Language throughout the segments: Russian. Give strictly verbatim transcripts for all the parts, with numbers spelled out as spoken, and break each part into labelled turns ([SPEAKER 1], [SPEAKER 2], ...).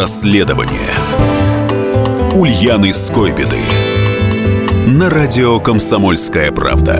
[SPEAKER 1] Расследование Ульяны Скойбеды на радио «Комсомольская правда».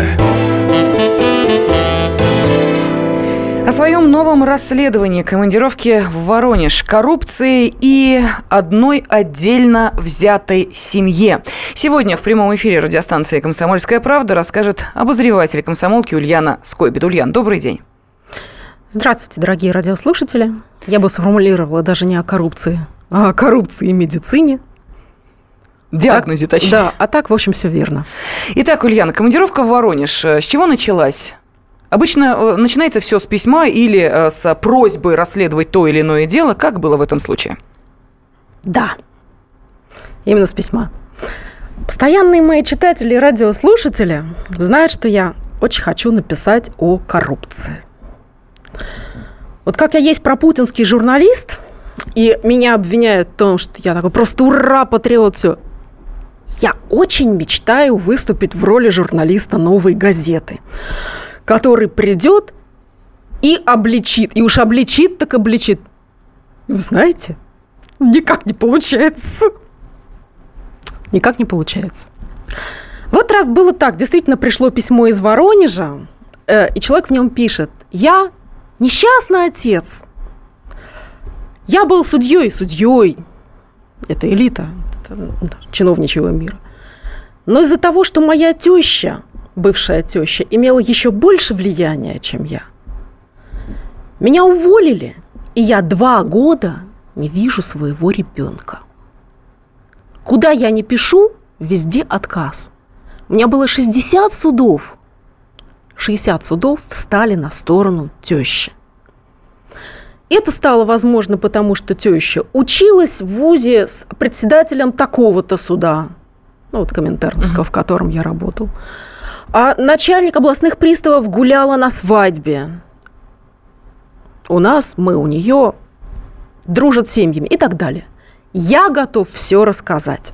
[SPEAKER 2] О своем новом расследовании командировки в Воронеж, коррупции и одной отдельно взятой семье. Сегодня в прямом эфире радиостанции «Комсомольская правда» расскажет обозреватель комсомолки Ульяна Скойбеда. Ульян, добрый день.
[SPEAKER 3] Здравствуйте, дорогие радиослушатели. Я бы сформулировала даже не о коррупции, а о коррупции и медицине.
[SPEAKER 2] Диагнозе,
[SPEAKER 3] так,
[SPEAKER 2] точнее.
[SPEAKER 3] Да, а так, в общем, все верно.
[SPEAKER 2] Итак, Ульяна, командировка в Воронеж. С чего началась? Обычно начинается все с письма или с просьбой расследовать то или иное дело. Как было в этом случае?
[SPEAKER 3] Да, именно с письма. Постоянные мои читатели и радиослушатели знают, что я очень хочу написать о коррупции. Вот как я есть пропутинский журналист, и меня обвиняют в том, что я такой просто ура-патриот, все. Я очень мечтаю выступить в роли журналиста «Новой газеты», который придет и обличит. И уж обличит, так обличит. Вы знаете, никак не получается. Никак не получается. В этот раз было так. Действительно пришло письмо из Воронежа, э, и человек в нем пишет: «Я несчастный отец. Я был судьей, судьей». Это элита, это чиновничьего мира. Но из-за того, что моя теща, бывшая теща, имела еще больше влияния, чем я, меня уволили, и я два года не вижу своего ребенка. Куда я ни пишу, везде отказ. У меня было шестьдесят судов. шестьдесят судов встали на сторону тещи. Это стало возможно, потому что теща училась в вузе с председателем такого-то суда, ну вот Коминтерновского, mm-hmm. в котором я работал. А начальник областных приставов гуляла на свадьбе. У нас, мы у нее, дружат с семьями и так далее. Я готов все рассказать.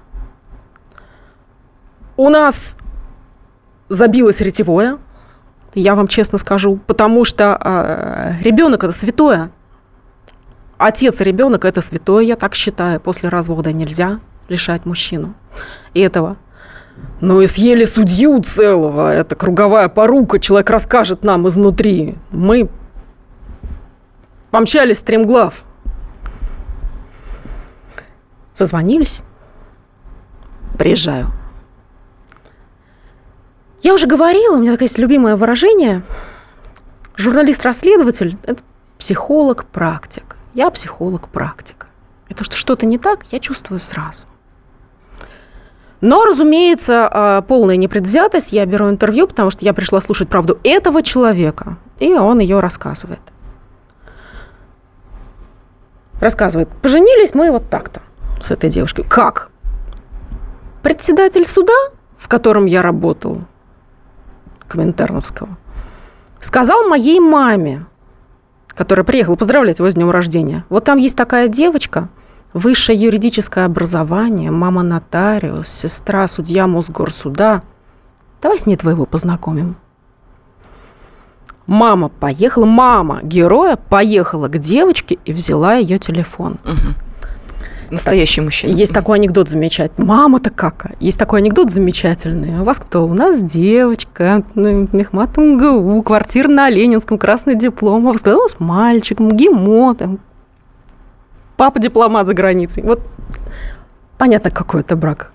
[SPEAKER 3] У нас забилось ретевое, я вам честно скажу, потому что э, ребенок – это святое. Отец и ребенок – это святое, я так считаю. После развода нельзя лишать мужчину этого. Ну и съели судью целого, это круговая порука, человек расскажет нам изнутри. Мы помчались стремглав. Созвонились. Приезжаю. Я уже говорила, у меня такое есть любимое выражение. Журналист-расследователь – это психолог-практик. Я психолог-практик. И то, что что-то не так, я чувствую сразу. Но, разумеется, полная непредвзятость. Я беру интервью, потому что я пришла слушать правду этого человека. И он ее рассказывает. Рассказывает. Поженились мы вот так-то с этой девушкой. Как? Председатель суда, в котором я работал, Коминтерновского, сказал моей маме, которая приехала поздравлять его с днем рождения: вот там есть такая девочка, высшее юридическое образование, мама нотариус, сестра судья Мосгорсуда. Давай с ней твоего познакомим. Мама поехала, мама героя поехала к девочке и взяла ее телефон.
[SPEAKER 2] Угу. Настоящий так, мужчина.
[SPEAKER 3] Есть такой анекдот замечательный. Мама-то какая. Есть такой анекдот замечательный. У вас кто? У нас девочка, Мехмат МГУ, квартира на Ленинском, красный диплом. А вы сказали, с мальчиком, ГИМО, там, папа дипломат за границей. Вот понятно, какой это брак.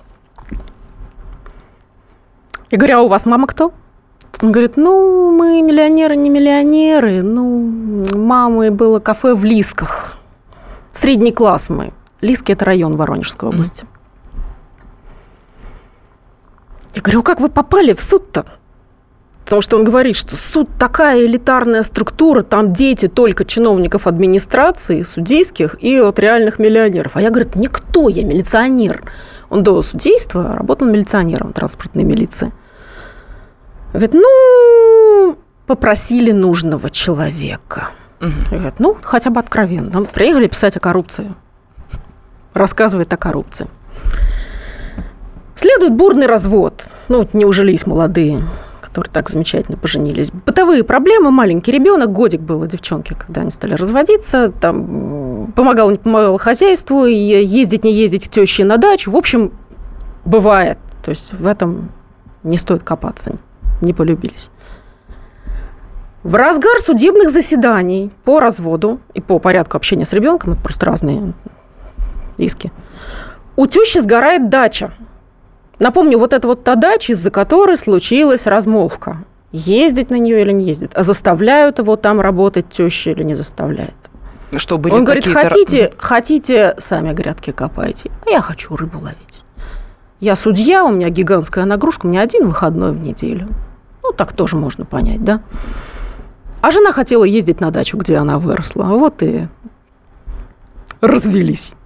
[SPEAKER 3] Я говорю, а у вас мама кто? Он говорит, ну, мы миллионеры, не миллионеры. Ну, мамой было кафе в Лисках. Средний класс мы. Лиски – это район Воронежской области. Mm. Я говорю, а как вы попали в суд-то? Потому что он говорит, что суд такая элитарная структура, там дети только чиновников администрации, судейских и от реальных миллионеров. А я, говорит, никто, я милиционер. Он до судейства работал милиционером транспортной милиции. Говорит, ну, попросили нужного человека. Mm-hmm. Говорит, ну, хотя бы откровенно. Приехали писать о коррупции. Рассказывает о коррупции. Следует бурный развод. Ну, не ужились молодые, которые так замечательно поженились. Бытовые проблемы, маленький ребенок, годик было девчонке, когда они стали разводиться. Там помогала, не помогала хозяйству, и ездить, не ездить к теще на дачу. В общем, бывает. То есть в этом не стоит копаться. Не полюбились. В разгар судебных заседаний по разводу и по порядку общения с ребенком, это просто разные иски, у тещи сгорает дача. Напомню, вот это вот та дача, из-за которой случилась размолвка. Ездить на нее или не ездит, а заставляют его там работать теща или не заставляет.
[SPEAKER 2] Что, были
[SPEAKER 3] Он говорит, хотите, хотите, сами грядки копайте, а я хочу рыбу ловить. Я судья, у меня гигантская нагрузка, у меня один выходной в неделю. Ну, так тоже можно понять, да? А жена хотела ездить на дачу, где она выросла. Вот и развелись.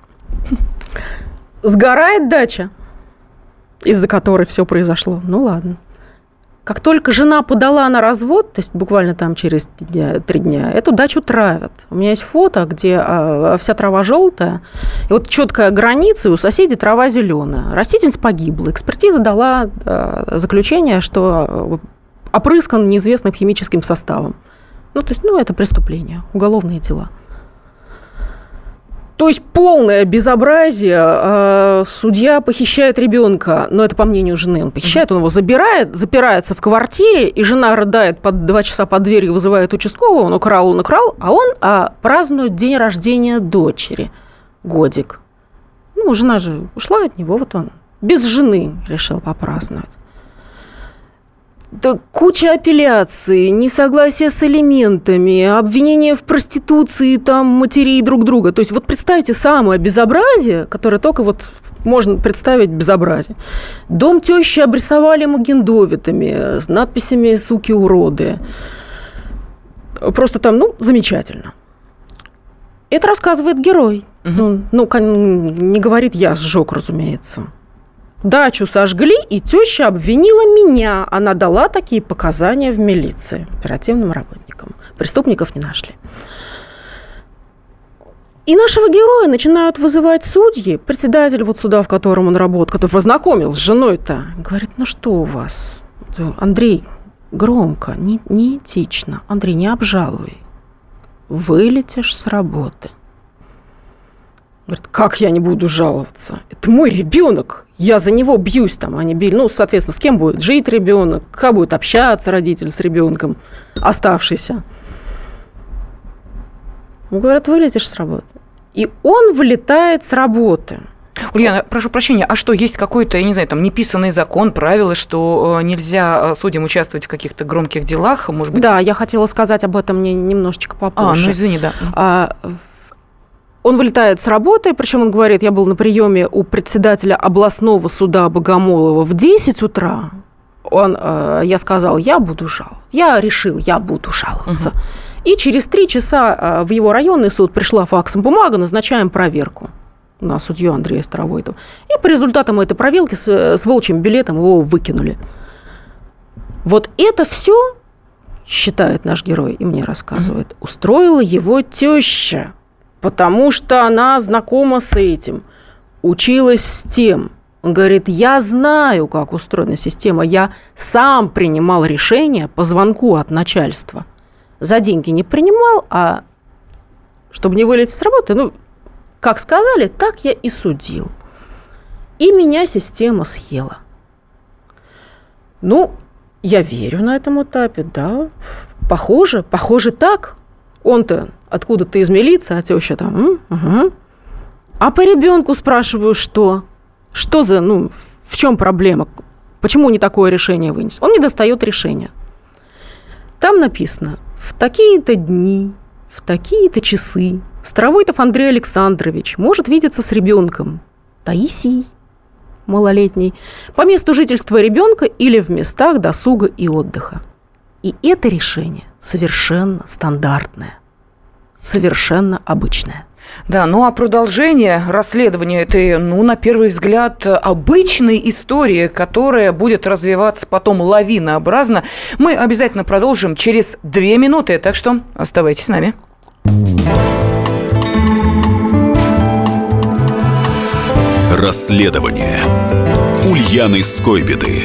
[SPEAKER 3] Сгорает дача, из-за которой все произошло. Ну, ладно. Как только жена подала на развод, то есть буквально там через три дня, эту дачу травят. У меня есть фото, где вся трава желтая, и вот четкая граница, и у соседей трава зеленая. Растительность погибла. Экспертиза дала заключение, что опрыскан неизвестным химическим составом. Ну, то есть, ну, это преступление, уголовные дела. То есть полное безобразие. Судья похищает ребенка, но это по мнению жены. Он похищает, он его забирает, запирается в квартире, и жена рыдает под два часа под дверью, вызывает участкового, он украл, он украл, а он а, празднует день рождения дочери. Годик. Ну, жена же ушла от него, вот он без жены решил попраздновать. Да куча апелляций, несогласие с элементами, обвинения в проституции там, матерей друг друга. То есть вот представьте самое безобразие, которое только вот можно представить безобразие. Дом тещи обрисовали магендовитами с надписями «суки-уроды». Просто там, ну, замечательно. Это рассказывает герой. Угу. Ну, не говорит «я сжег», разумеется. Дачу сожгли, и теща обвинила меня. Она дала такие показания в милиции оперативным работникам. Преступников не нашли. И нашего героя начинают вызывать судьи. Председатель вот суда, в котором он работает, который познакомил с женой-то, говорит, ну что у вас? Андрей, громко, не, неэтично. Андрей, не обжалуй. Вылетишь с работы. Говорит, как я не буду жаловаться? Это мой ребенок. Я за него бьюсь там, они били. Ну, соответственно, с кем будет жить ребенок, как будет общаться родитель с ребенком, оставшийся. Говорят, вылетишь с работы. И он вылетает с работы.
[SPEAKER 2] Ульяна, прошу прощения, а что, есть какой-то, я не знаю, там, неписанный закон, правила, что нельзя судьям участвовать в каких-то громких делах, может быть?
[SPEAKER 3] Да, я хотела сказать об этом мне немножечко попозже.
[SPEAKER 2] А, ну извини, да.
[SPEAKER 3] А, Он вылетает с работы, причем он говорит, я был на приеме у председателя областного суда Богомолова в десять утра. Он, э, я сказал, я буду жаловаться. Я решил, я буду жаловаться. Угу. И через три часа в его районный суд пришла факсом бумага, назначаем проверку на судью Андрея Старовойтова. И по результатам этой проверки с, с волчьим билетом его выкинули. Вот это все, считает наш герой и мне рассказывает, угу. устроила его теща. Потому что она знакома с этим, училась с тем. Он говорит, я знаю, как устроена система, я сам принимал решение по звонку от начальства. За деньги не принимал, а чтобы не вылететь с работы, ну, как сказали, так я и судил. И меня система съела. Ну, я верю на этом этапе, да, похоже, похоже так. Он-то откуда-то из милиции, а теща там, м? Угу. А по ребенку спрашиваю, что? Что за, ну, в чем проблема? Почему не такое решение вынес? Он не достает решения. Там написано, в такие-то дни, в такие-то часы Старовойтов Андрей Александрович может видеться с ребенком Таисией, малолетней, по месту жительства ребенка или в местах досуга и отдыха. И это решение совершенно стандартное, совершенно обычное.
[SPEAKER 2] Да, ну а продолжение расследования этой, ну, на первый взгляд, обычной истории, которая будет развиваться потом лавинообразно, мы обязательно продолжим через две минуты, так что оставайтесь с нами.
[SPEAKER 1] Расследование Ульяны Скойбеды.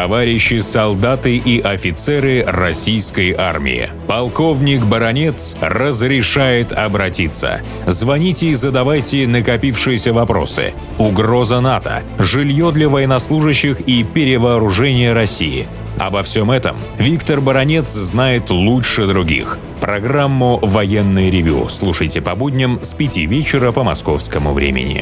[SPEAKER 4] товарищи солдаты и офицеры российской армии. Полковник Баранец разрешает обратиться. Звоните и задавайте накопившиеся вопросы. Угроза НАТО, жилье для военнослужащих и перевооружение России. Обо всем этом Виктор Баранец знает лучше других. Программу «Военное ревю» слушайте по будням с пяти вечера по московскому времени.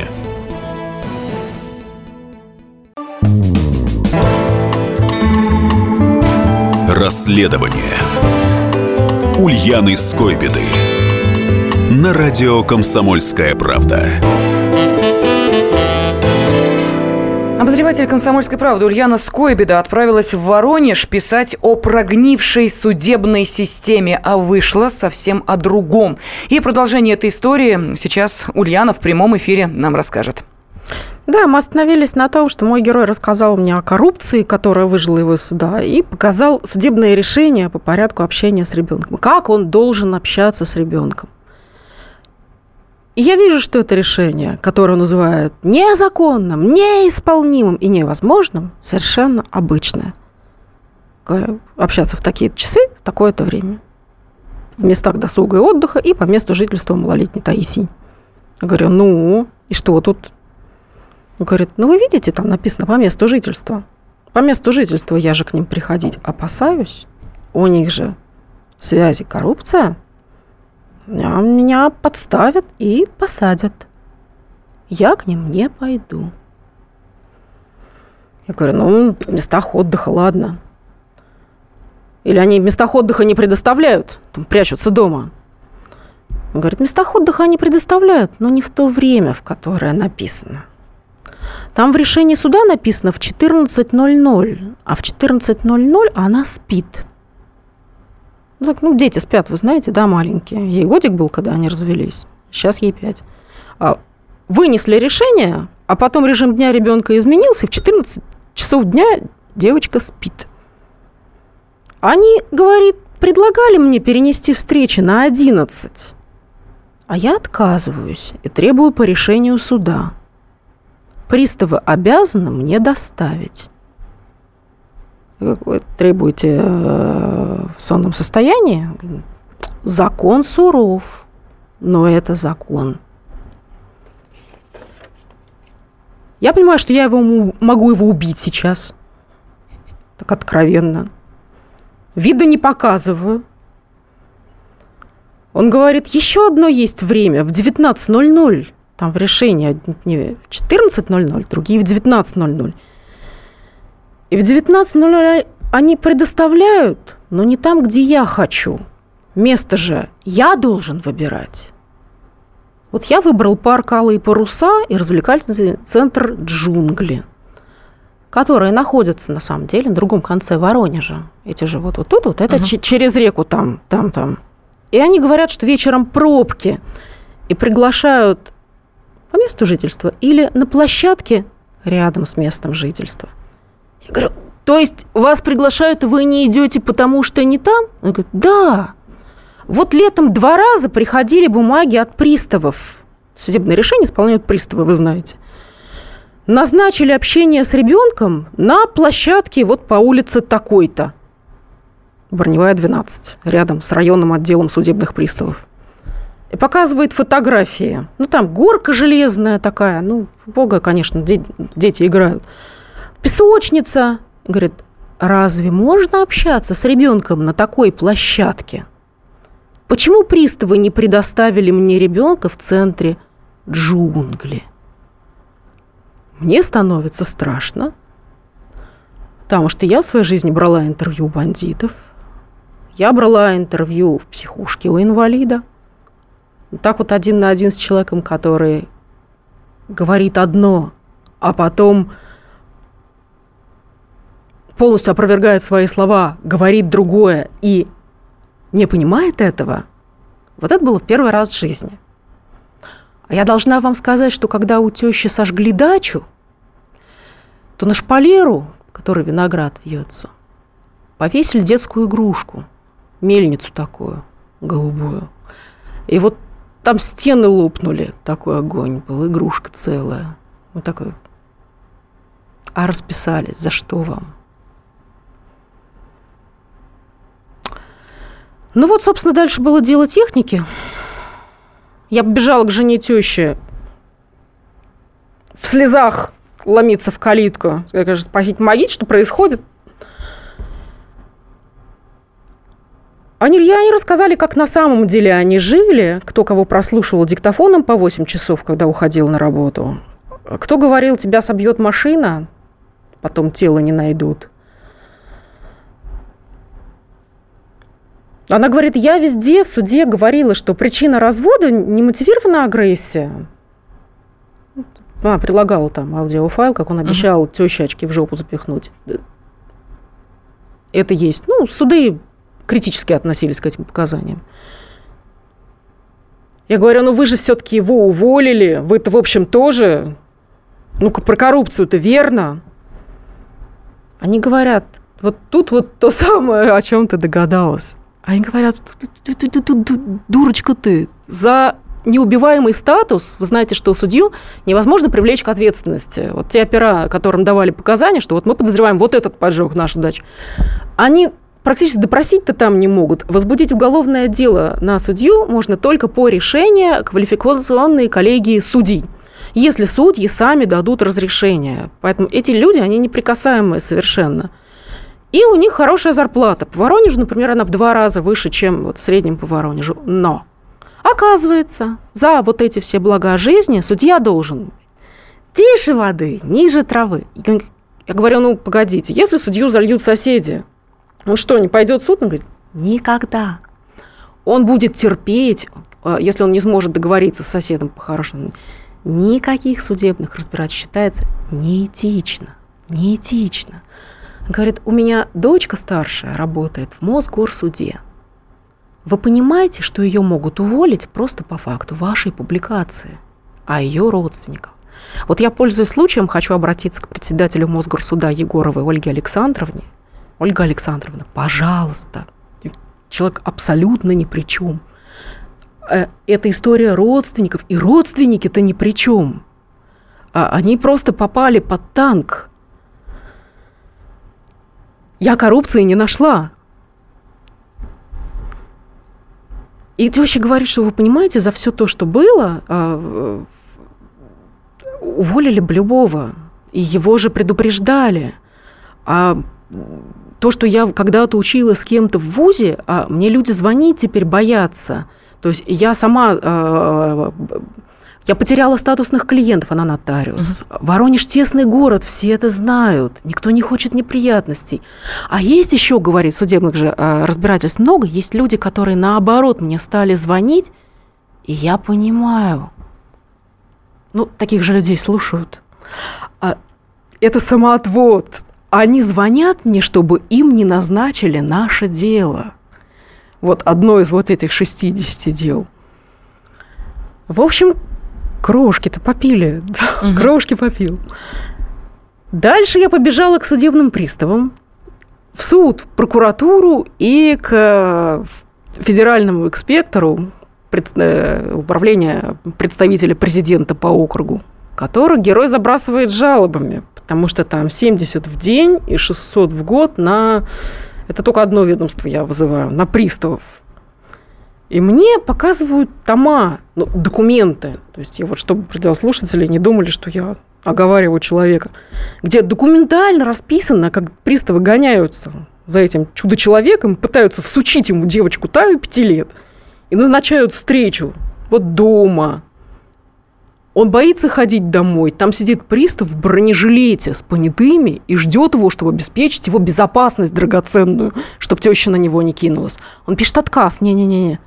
[SPEAKER 1] Расследование Ульяны Скойбеды на радио «Комсомольская правда».
[SPEAKER 2] Обозреватель «Комсомольской правды» Ульяна Скойбеда отправилась в Воронеж писать о прогнившей судебной системе, а вышла совсем о другом. И продолжение этой истории сейчас Ульяна в прямом эфире нам расскажет.
[SPEAKER 3] Да, мы остановились на том, что мой герой рассказал мне о коррупции, которая выжила его из суда, и показал судебное решение по порядку общения с ребенком. Как он должен общаться с ребенком. И я вижу, что это решение, которое называют незаконным, неисполнимым и невозможным, совершенно обычное. Общаться в такие часы, в такое-то время. В местах досуга и отдыха и по месту жительства малолетней Таисии. Я говорю, ну, и что тут? Он говорит, ну, вы видите, там написано по месту жительства. По месту жительства я же к ним приходить опасаюсь. У них же связи, коррупция. Меня подставят и посадят. Я к ним не пойду. Я говорю, ну, в местах отдыха, ладно. Или они в местах отдыха не предоставляют, там прячутся дома. Он говорит, в местах отдыха они предоставляют, но не в то время, в которое написано. Там в решении суда написано в четырнадцать ноль ноль, а в четырнадцать ноль ноль она спит. Ну, так, ну, дети спят, вы знаете, да, маленькие. Ей годик был, когда они развелись. Сейчас ей пять. А, вынесли решение, а потом режим дня ребенка изменился, и в четырнадцать часов дня девочка спит. Они, говорит, предлагали мне перенести встречи на одиннадцать. А я отказываюсь и требую по решению суда. Приставы обязаны мне доставить. Вы требуете в сонном состоянии? Закон суров, но это закон. Я понимаю, что я его, могу его убить сейчас. Так откровенно. Вида не показываю. Он говорит, еще одно есть время, в девятнадцать ноль ноль. Там в решении одни в четырнадцать ноль ноль, другие в девятнадцать ноль ноль. И в девятнадцать ноль ноль они предоставляют, но не там, где я хочу. Место же я должен выбирать. Вот я выбрал парк «Алые паруса» и развлекательный центр «Джунгли», которые находятся, на самом деле, на другом конце Воронежа. Эти же вот, вот тут, вот это uh-huh. ч- через реку там, там, там. И они говорят, что вечером пробки, и приглашают по месту жительства или на площадке рядом с местом жительства. Я говорю, то есть вас приглашают, и вы не идете, потому что не там? Он говорит, да. Вот летом два раза приходили бумаги от приставов. Судебное решение исполняют приставы, вы знаете. Назначили общение с ребенком на площадке вот по улице такой-то. Броневая, двенадцать, рядом с районным отделом судебных приставов. И показывает фотографии. Ну, там горка железная такая. Ну, бога, конечно, де- дети играют. Песочница. Говорит, разве можно общаться с ребенком на такой площадке? Почему приставы не предоставили мне ребенка в центре «Джунгли»? Мне становится страшно, потому что я в своей жизни брала интервью у бандитов, я брала интервью в психушке у инвалида. Так вот один на один с человеком, который говорит одно, а потом полностью опровергает свои слова, говорит другое и не понимает этого, вот это было в первый раз в жизни. А я должна вам сказать, что когда у тещи сожгли дачу, то на шпалеру, в которой виноград вьется, повесили детскую игрушку, мельницу такую, голубую. И вот там стены лопнули, такой огонь был, игрушка целая. Вот такой. А расписались, за что вам? Ну вот, собственно, дальше было дело техники. Я побежала к жене тещи в слезах ломиться в калитку. Я говорю, спасите, помогите, что происходит? Они, они рассказали, как на самом деле они жили, кто кого прослушивал диктофоном по восемь часов, когда уходил на работу. Кто говорил, тебя собьет машина, потом тело не найдут. Она говорит, я везде в суде говорила, что причина развода не мотивирована агрессия. Она прилагала там аудиофайл, как он обещал uh-huh. теще очки в жопу запихнуть. Это есть. Ну, суды критически относились к этим показаниям. Я говорю, ну вы же все-таки его уволили, вы-то, в общем, тоже, ну-ка, про коррупцию-то верно? Они говорят, вот тут вот то самое, о чем ты догадалась. Они говорят, дурочка ты, за неубиваемый статус, вы знаете, что судью невозможно привлечь к ответственности. Вот те опера, которым давали показания, что вот мы подозреваем вот этот поджог нашу дачу, они практически допросить-то там не могут. Возбудить уголовное дело на судью можно только по решению квалификационной коллегии судей, если судьи сами дадут разрешение. Поэтому эти люди, они неприкасаемые совершенно. И у них хорошая зарплата. По Воронежу, например, она в два раза выше, чем вот в среднем по Воронежу. Но, оказывается, за вот эти все блага жизни судья должен тише воды, ниже травы. Я говорю, ну, погодите, если судью зальют соседи, он что, не пойдет в суд? Он говорит, никогда. Он будет терпеть, если он не сможет договориться с соседом по-хорошему. Никаких судебных разбирательств считается неэтично. Неэтично. Он говорит, у меня дочка старшая работает в Мосгорсуде. Вы понимаете, что ее могут уволить просто по факту вашей публикации о ее родственниках? Вот я, пользуясь случаем, хочу обратиться к председателю Мосгорсуда Егоровой Ольге Александровне. Ольга Александровна, пожалуйста, человек абсолютно ни при чем. Это история родственников, и родственники-то ни при чем. Они просто попали под танк. Я коррупции не нашла. И теща говорит, что вы понимаете, за все то, что было, уволили Блюбова, и его же предупреждали. А то, что я когда-то училась с кем-то в вузе, а мне люди звонить теперь боятся. То есть я сама, э, я потеряла статусных клиентов, она нотариус. Uh-huh. Воронеж тесный город, все это знают, никто не хочет неприятностей. А есть еще, говорит, судебных же э, разбирательств много, есть люди, которые наоборот мне стали звонить, и я понимаю. Ну, таких же людей слушают. А, это самоотвод. Они звонят мне, чтобы им не назначили наше дело. Вот одно из вот этих шестидесяти дел. В общем, крошки-то попили. Угу. Крошки попил. Дальше я побежала к судебным приставам, в суд, в прокуратуру и к федеральному инспектору управления представителя президента по округу, который герой забрасывает жалобами, потому что там семьдесят в день и шестьсот в год на... Это только одно ведомство я вызываю, на приставов. И мне показывают тома, ну, документы. То есть я вот, чтобы радиослушатели не думали, что я оговариваю человека, где документально расписано, как приставы гоняются за этим чудо-человеком, пытаются всучить ему девочку Таю пяти лет и назначают встречу вот дома. Он боится ходить домой. Там сидит пристав в бронежилете с понятыми и ждет его, чтобы обеспечить его безопасность драгоценную, чтобы теща на него не кинулась. Он пишет отказ. Не-не-не.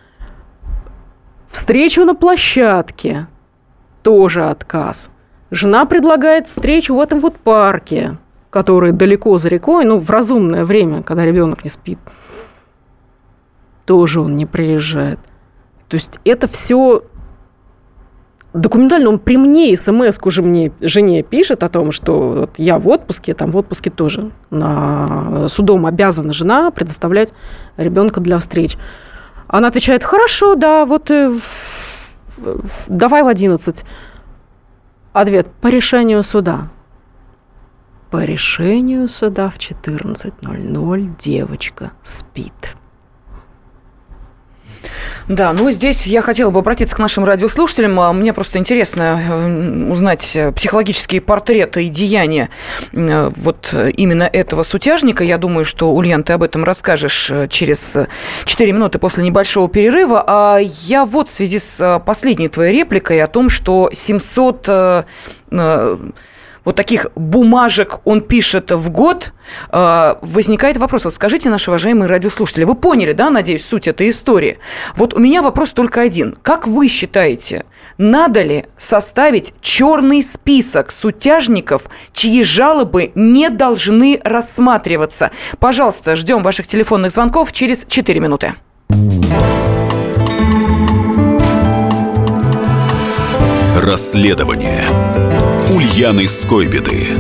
[SPEAKER 3] Встречу на площадке. Тоже отказ. Жена предлагает встречу в этом вот парке, который далеко за рекой, ну, в разумное время, когда ребенок не спит. Тоже он не приезжает. То есть это все... Документально он при мне смс-ку же мне, жене пишет о том, что вот я в отпуске, там в отпуске тоже на, судом обязана жена предоставлять ребенка для встреч. Она отвечает, хорошо, да, вот в, в, давай в одиннадцать. Ответ, по решению суда. По решению суда в четырнадцать ноль ноль девочка спит.
[SPEAKER 2] Да, ну здесь я хотела бы обратиться к нашим радиослушателям. Мне просто интересно узнать психологические портреты и деяния вот именно этого сутяжника. Я думаю, что, Ульян, ты об этом расскажешь через четыре минуты после небольшого перерыва. А я вот в связи с последней твоей репликой о том, что семьсот вот таких бумажек он пишет в год, возникает вопрос. Вот скажите, наши уважаемые радиослушатели, вы поняли, да, надеюсь, суть этой истории? Вот у меня вопрос только один. Как вы считаете, надо ли составить черный список сутяжников, чьи жалобы не должны рассматриваться? Пожалуйста, ждем ваших телефонных звонков через четыре минуты.
[SPEAKER 1] Расследование Ульяны Скойбеды.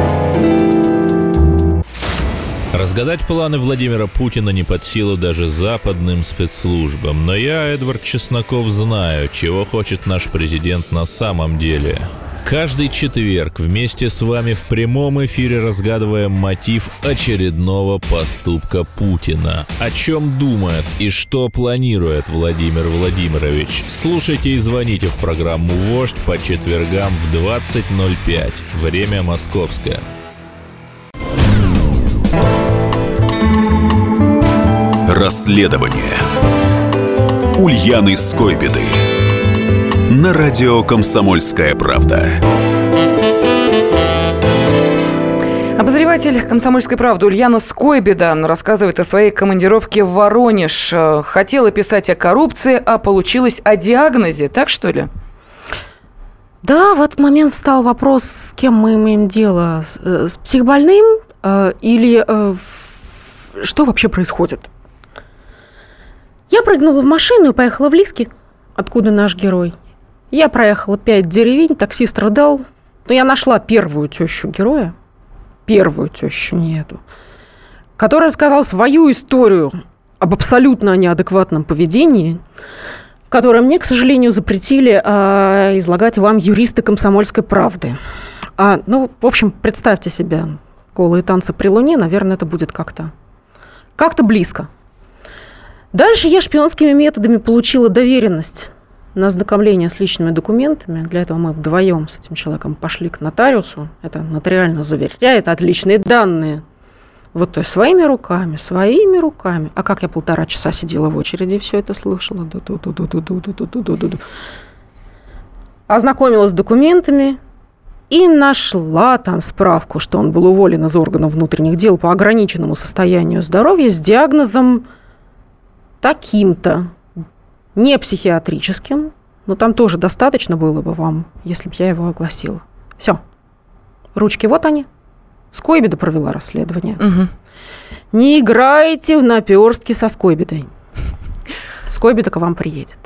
[SPEAKER 5] Разгадать планы Владимира Путина не под силу даже западным спецслужбам. Но я, Эдвард Чесноков, знаю, чего хочет наш президент на самом деле. Каждый четверг вместе с вами в прямом эфире разгадываем мотив очередного поступка Путина. О чем думает и что планирует Владимир Владимирович? Слушайте и звоните в программу «Вождь» по четвергам в двадцать ноль пять. Время московское.
[SPEAKER 1] Расследование Ульяны Скойбеды на радио «Комсомольская правда».
[SPEAKER 2] Обозреватель «Комсомольской правды» Ульяна Скойбеда рассказывает о своей командировке в Воронеж. Хотела писать о коррупции, а получилось о диагнозе. Так, что ли?
[SPEAKER 3] Да, в этот момент встал вопрос, с кем мы имеем дело. С, с психбольным э, или э, что вообще происходит? Я прыгнула в машину и поехала в Лиски, откуда наш герой. Я проехала пять деревень, таксист рыдал, но я нашла первую тещу героя, первую тещу, не эту, которая рассказала свою историю об абсолютно неадекватном поведении, которое мне, к сожалению, запретили э, излагать вам юристы «Комсомольской правды». А, ну, в общем, представьте себе, голые танцы при луне, наверное, это будет как-то, как-то близко. Дальше я шпионскими методами получила доверенность на ознакомление с личными документами. Для этого мы вдвоем с этим человеком пошли к нотариусу. Это нотариально заверяет отличные данные. Вот, то есть своими руками, своими руками. А как я полтора часа сидела в очереди и все это слышала. Ознакомилась с документами и нашла там справку, что он был уволен из органов внутренних дел по ограниченному состоянию здоровья с диагнозом таким-то. Не психиатрическим, но там тоже достаточно было бы вам, если бы я его огласила. Все. Ручки вот они. Скойбеда провела расследование.
[SPEAKER 2] Угу.
[SPEAKER 3] Не играйте в наперстки со Скойбедой. Скойбеда к вам приедет.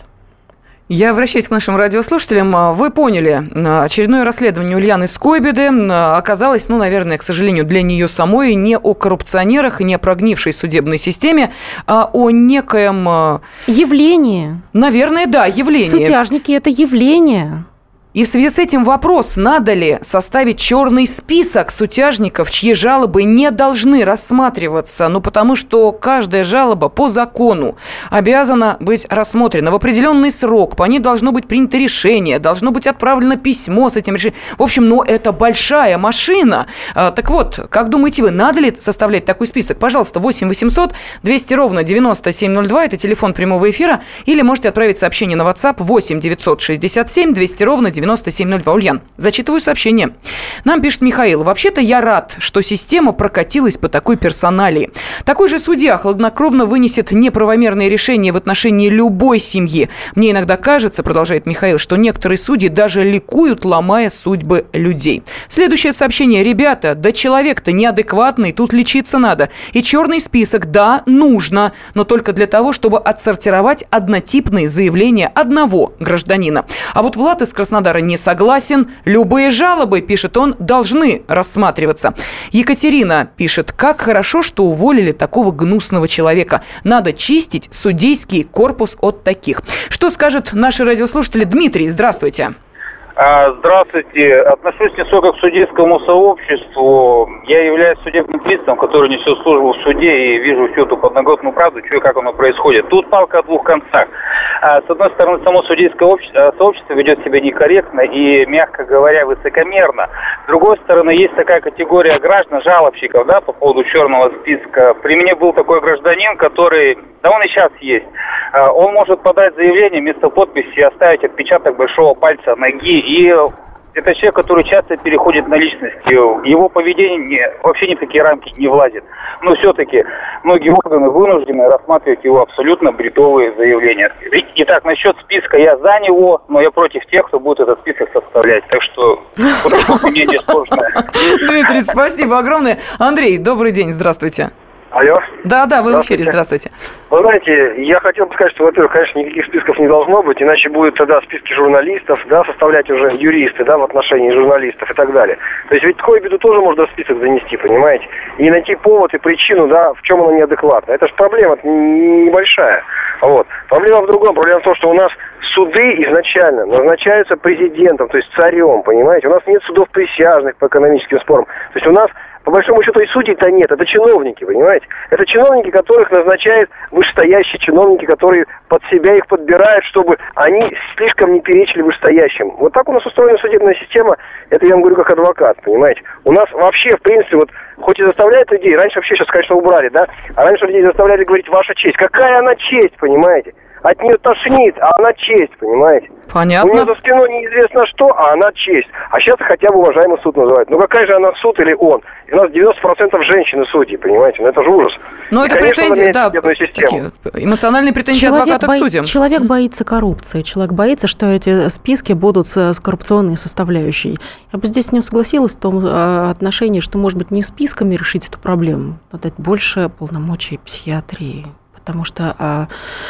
[SPEAKER 2] Я обращаюсь к нашим радиослушателям. Вы поняли, очередное расследование Ульяны Скойбеды оказалось, ну, наверное, к сожалению, для нее самой не о коррупционерах и не о прогнившей судебной системе, а о некоем...
[SPEAKER 3] Явлении.
[SPEAKER 2] Наверное, да, явлении.
[SPEAKER 3] Сутяжники – это явление.
[SPEAKER 2] И в связи с этим вопрос, надо ли составить черный список сутяжников, чьи жалобы не должны рассматриваться, ну, потому что каждая жалоба по закону обязана быть рассмотрена в определенный срок, по ней должно быть принято решение, должно быть отправлено письмо с этим решением. В общем, ну, это большая машина. А, так вот, как думаете вы, надо ли составлять такой список? Пожалуйста, восемь восемьсот двести ровно девяносто семь ноль два, это телефон прямого эфира, или можете отправить сообщение на WhatsApp восемь девятьсот шестьдесят семь двести ровно девяносто семь ноль два. Ульян, зачитываю сообщение. Нам пишет Михаил. Вообще-то я рад, что система прокатилась по такой персоналии. Такой же судья хладнокровно вынесет неправомерные решения в отношении любой семьи. Мне иногда кажется, продолжает Михаил, что некоторые судьи даже ликуют, ломая судьбы людей. Следующее сообщение. Ребята, да человек-то неадекватный, тут лечиться надо. И черный список, да, нужно, но только для того, чтобы отсортировать однотипные заявления одного гражданина. А вот Влад из Краснодара не согласен. Любые жалобы, пишет он, должны рассматриваться. Екатерина пишет, как хорошо, что уволили такого гнусного человека. Надо чистить судейский корпус от таких. Что скажут наши радиослушатели? Дмитрий, здравствуйте.
[SPEAKER 6] Здравствуйте. Отношусь не столько к судейскому сообществу. Я являюсь судебным приставом, который несет службу в суде и вижу всю эту подноготную правду, что и как оно происходит. Тут палка о двух концах. С одной стороны, само судейское сообщество ведет себя некорректно и, мягко говоря, высокомерно. С другой стороны, есть такая категория граждан, жалобщиков, да, по поводу черного списка. При мне был такой гражданин, который, да он и сейчас есть, он может подать заявление вместо подписи и оставить отпечаток большого пальца ноги. И это человек, который часто переходит на личности. Его поведение не, вообще ни в такие рамки не влазит. Но все-таки многие органы вынуждены рассматривать его абсолютно бредовые заявления. Итак, насчет списка я за него, но я против тех, кто будет этот список составлять. Так что мнение сложное.
[SPEAKER 2] Дмитрий, спасибо огромное. Андрей, добрый день, здравствуйте.
[SPEAKER 7] Алло.
[SPEAKER 2] Да, да, вы в эфире, здравствуйте.
[SPEAKER 7] Вы знаете, я хотел бы сказать, что, во-первых, конечно, никаких списков не должно быть, иначе будут тогда списки журналистов, да, составлять уже юристы, да, в отношении журналистов и так далее. То есть ведь такую беду тоже можно в список занести, понимаете? И найти повод и причину, да, в чем она неадекватна. Это же проблема небольшая. Вот. Проблема в другом. Проблема в том, что у нас суды изначально назначаются президентом, то есть царем, понимаете? У нас нет судов присяжных по экономическим спорам. То есть у нас по большому счету и судей-то нет, это чиновники, понимаете? Это чиновники, которых назначают вышестоящие чиновники, которые под себя их подбирают, чтобы они слишком не перечили вышестоящим. Вот так у нас устроена судебная система, это я вам говорю как адвокат, понимаете? У нас вообще, в принципе, вот хоть и заставляют людей, раньше вообще, сейчас, конечно, убрали, да? А раньше людей заставляли говорить «ваша честь». Какая она честь, понимаете? От нее тошнит, а она честь, понимаете?
[SPEAKER 2] Понятно.
[SPEAKER 7] У нее за спиной неизвестно что, а она честь. А сейчас хотя бы уважаемый суд называют. Ну какая же она суд или он? И у нас девяносто процентов женщины судьи, понимаете? Ну это же ужас.
[SPEAKER 2] Ну это
[SPEAKER 7] конечно,
[SPEAKER 2] претензии, да, такие, эмоциональные претензии человек адвоката
[SPEAKER 3] бо...
[SPEAKER 2] к судьям.
[SPEAKER 3] Человек боится коррупции, человек боится, что эти списки будут с, с коррупционной составляющей. Я бы здесь с ним согласилась в том э, отношении, что, может быть, не списками решить эту проблему, а дать больше полномочий психиатрии. Потому что... Э,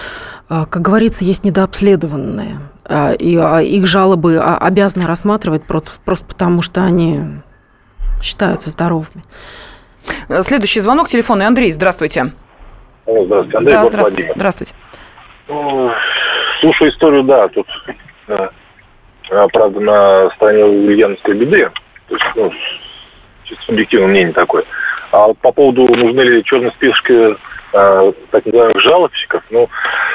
[SPEAKER 3] как говорится, есть недообследованные, и их жалобы обязаны рассматривать просто потому, что они считаются здоровыми.
[SPEAKER 2] Следующий звонок телефонный. Андрей, здравствуйте.
[SPEAKER 8] О, здравствуйте. Андрей,
[SPEAKER 2] да,
[SPEAKER 8] город
[SPEAKER 2] здравствуйте.
[SPEAKER 8] Владимир.
[SPEAKER 2] Здравствуйте.
[SPEAKER 8] Ну, слушаю историю, да, тут, да, правда, на стороне ульяновской беды, то есть, ну, чисто субъективное мнение такое. А по поводу, нужны ли черные списки э, так называемых жалобщиков, ну,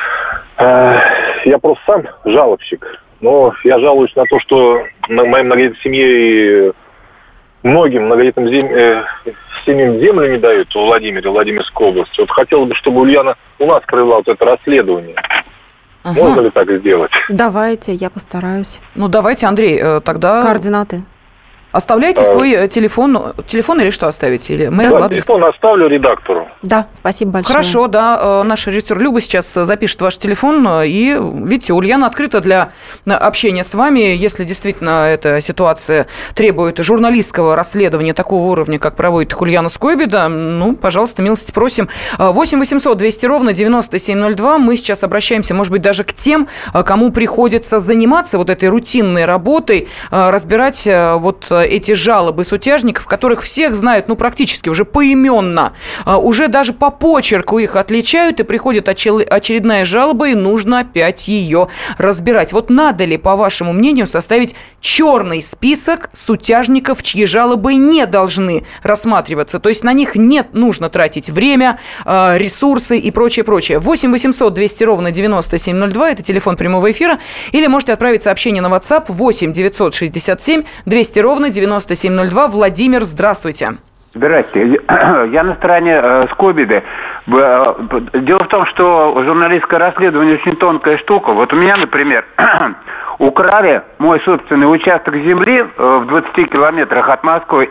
[SPEAKER 8] э, я просто сам жалобщик, но я жалуюсь на то, что на моей многодетной семье и многим многодетным зем... э, семьям землю не дают в Владимире, Владимирской области. Вот хотелось бы, чтобы Ульяна у нас провела вот это расследование. Ага. Можно ли так сделать?
[SPEAKER 3] Давайте, я постараюсь.
[SPEAKER 2] Ну, давайте, Андрей, тогда...
[SPEAKER 3] Координаты.
[SPEAKER 2] Оставляйте а... свой телефон. Телефон или что оставите? Или mail,
[SPEAKER 8] да,
[SPEAKER 2] адрес?
[SPEAKER 8] Телефон оставлю редактору.
[SPEAKER 3] Да, спасибо большое.
[SPEAKER 2] Хорошо, да. Наш режиссер Люба сейчас запишет ваш телефон. И, видите, Ульяна открыта для общения с вами. Если действительно эта ситуация требует журналистского расследования такого уровня, как проводит их Ульяна Скойбеда, ну, пожалуйста, милости просим. восемь восемьсот двести ровно девяносто семь ноль два. Мы сейчас обращаемся, может быть, даже к тем, кому приходится заниматься вот этой рутинной работой, разбирать вот эти жалобы сутяжников, которых всех знают, ну, практически уже поименно, уже даже по почерку их отличают, и приходит очередная жалоба, и нужно опять ее разбирать. Вот надо ли, по вашему мнению, составить черный список сутяжников, чьи жалобы не должны рассматриваться? То есть на них не нужно тратить время, ресурсы и прочее, прочее. восемь восемьсот двести ровно девяносто семь ноль два, это телефон прямого эфира, или можете отправить сообщение на WhatsApp восемь девятьсот шестьдесят семь двести ровно девяносто семь ноль два. Владимир, здравствуйте.
[SPEAKER 9] Здравствуйте. Я на стороне э, Скойбеды. Дело в том, что журналистское расследование очень тонкая штука. Вот у меня, например, украли мой собственный участок земли э, в двадцати километрах от Москвы,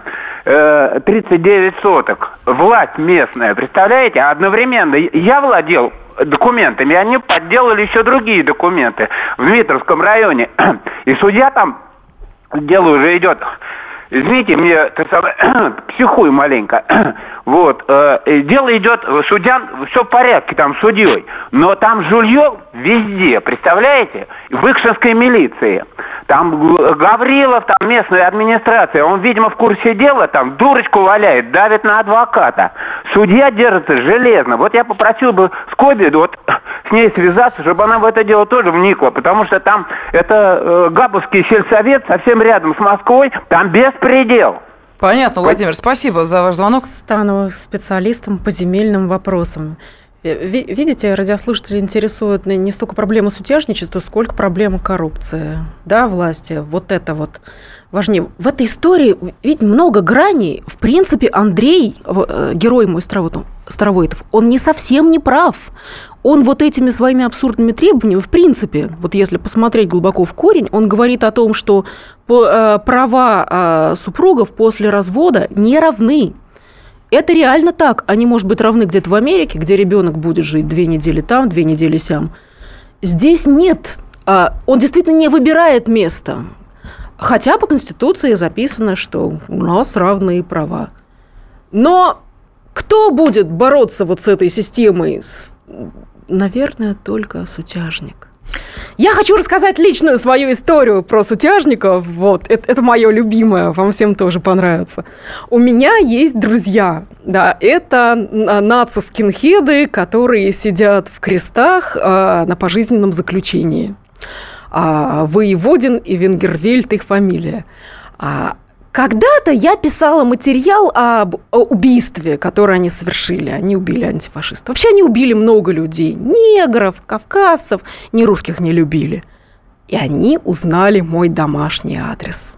[SPEAKER 9] э, тридцать девять соток. Власть местная, представляете? А одновременно я владел документами, они подделали еще другие документы в Дмитровском районе. И судья там, дело уже идет... Извините, мне психую маленько. Вот. Э, дело идет, судья, все в порядке там с судьей. Но там жулье везде, представляете? В икшинской милиции. Там Гаврилов, там местная администрация, он, видимо, в курсе дела, там дурочку валяет, давит на адвоката. Судья держится железно. Вот я попросил бы Скобиду вот с ней связаться, чтобы она в это дело тоже вникла, потому что там это э, Габовский сельсовет совсем рядом с Москвой, там беспредел.
[SPEAKER 2] Понятно, Владимир, спасибо за ваш звонок.
[SPEAKER 3] Стану специалистом по земельным вопросам. Видите, радиослушатели интересуют не столько проблемы сутяжничества, сколько проблемы коррупции. Да, власти, вот это вот важнее. В этой истории ведь много граней. В принципе, Андрей, герой мой Старовойтов, он не совсем не прав. Он вот этими своими абсурдными требованиями, в принципе, вот если посмотреть глубоко в корень, он говорит о том, что права супругов после развода не равны. Это реально так. Они, может быть, равны где-то в Америке, где ребенок будет жить две недели там, две недели сям. Здесь нет. Он действительно не выбирает место. Хотя по Конституции записано, что у нас равные права. Но кто будет бороться вот с этой системой? Наверное, только сутяжник. Я хочу рассказать личную свою историю про сутяжников. Вот, это, это мое любимое, вам всем тоже понравится. У меня есть друзья. Да, это наци-скинхеды, которые сидят в крестах а, на пожизненном заключении. А, Воеводин и Венгервельд их фамилия. А, Когда-то я писала материал об убийстве, которое они совершили. Они убили антифашистов. Вообще они убили много людей. Негров, кавказцев, ни русских не любили. И они узнали мой домашний адрес.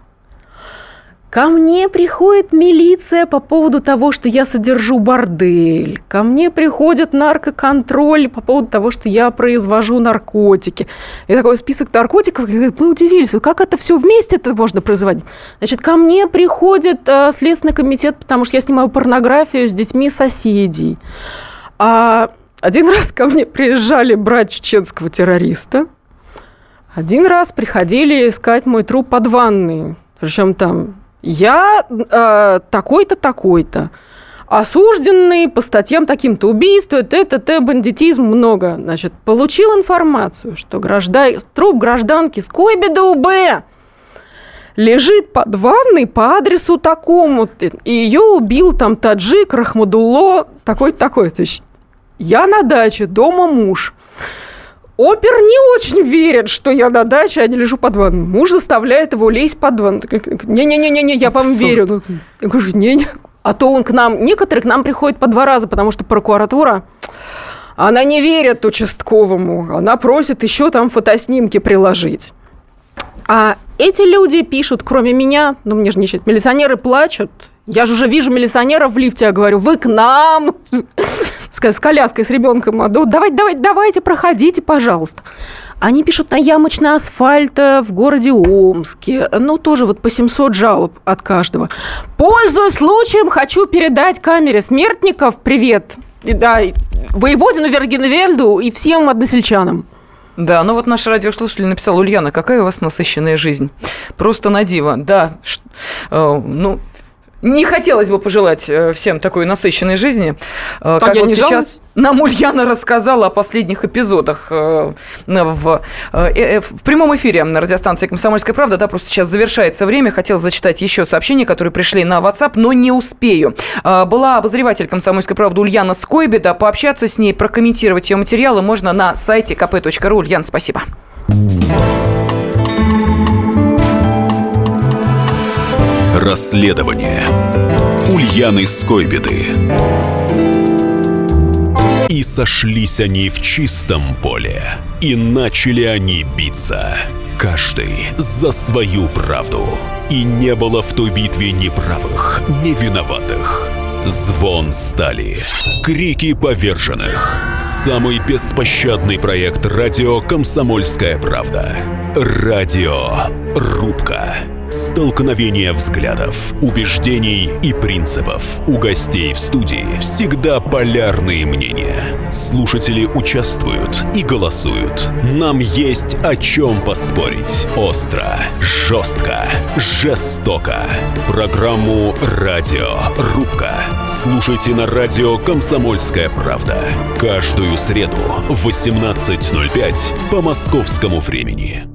[SPEAKER 3] Ко мне приходит милиция по поводу того, что я содержу бордель. Ко мне приходит наркоконтроль по поводу того, что я произвожу наркотики. И такой список наркотиков. Мы удивились, как это все вместе-то можно производить. Значит, ко мне приходит э, Следственный комитет, потому что я снимаю порнографию с детьми соседей. А один раз ко мне приезжали брать чеченского террориста. Один раз приходили искать мой труп под ванной. Причем там... Я э, такой-то, такой-то, осужденный по статьям таким-то, убийство, т.т.т., бандитизм, много. Значит, получил информацию, что граждан... труп гражданки Скобиды УБ лежит под ванной по адресу такому, и ее убил там таджик Рахмадулло, такой-то, такой-то. То есть я на даче, дома муж. Опер не очень верит, что я на даче, а не лежу под ванной. Муж заставляет его лезть под ванну. Не-не-не, я вам верю. Я говорю, не-не. А то он к нам, некоторые к нам приходят по два раза, потому что прокуратура, она не верит участковому. Она просит еще там фотоснимки приложить. А эти люди пишут, кроме меня, ну мне же ничего, милиционеры плачут. Я же уже вижу милиционеров в лифте, я говорю, вы к нам... С коляской, с ребенком. Давайте, давайте, давайте, проходите, пожалуйста. Они пишут на ямочный асфальт в городе Омске. Ну, тоже вот по семьсот жалоб от каждого. Пользуясь случаем, хочу передать камере смертников привет. И, да, Воеводину, Венгервельду и всем односельчанам.
[SPEAKER 2] Да, ну вот наш радиослушатель написал: Ульяна, какая у вас насыщенная жизнь. Просто на диво. Да, э, ну... Не хотелось бы пожелать всем такой насыщенной жизни, а как вот сейчас жалуюсь. Нам Ульяна рассказала о последних эпизодах в, в, в прямом эфире на радиостанции «Комсомольская правда». Да, просто сейчас завершается время. Хотела зачитать еще сообщения, которые пришли на WhatsApp, но не успею. Была обозреватель «Комсомольской правды» Ульяна Скойбеда. Пообщаться с ней, прокомментировать ее материалы можно на сайте ка пэ точка ру. Ульяна, спасибо.
[SPEAKER 1] Расследование Ульяны Скойбеды. И сошлись они в чистом поле, и начали они биться, каждый за свою правду. И не было в той битве ни правых, ни виноватых. Звон стали, крики поверженных. Самый беспощадный проект радио «Комсомольская правда». Радиорубка. Столкновение взглядов, убеждений и принципов. У гостей в студии всегда полярные мнения. Слушатели участвуют и голосуют. Нам есть о чем поспорить. Остро, жестко, жестоко. Программу «Радиорубка» слушайте на радио «Комсомольская правда». Каждую среду в восемнадцать ноль пять по московскому времени.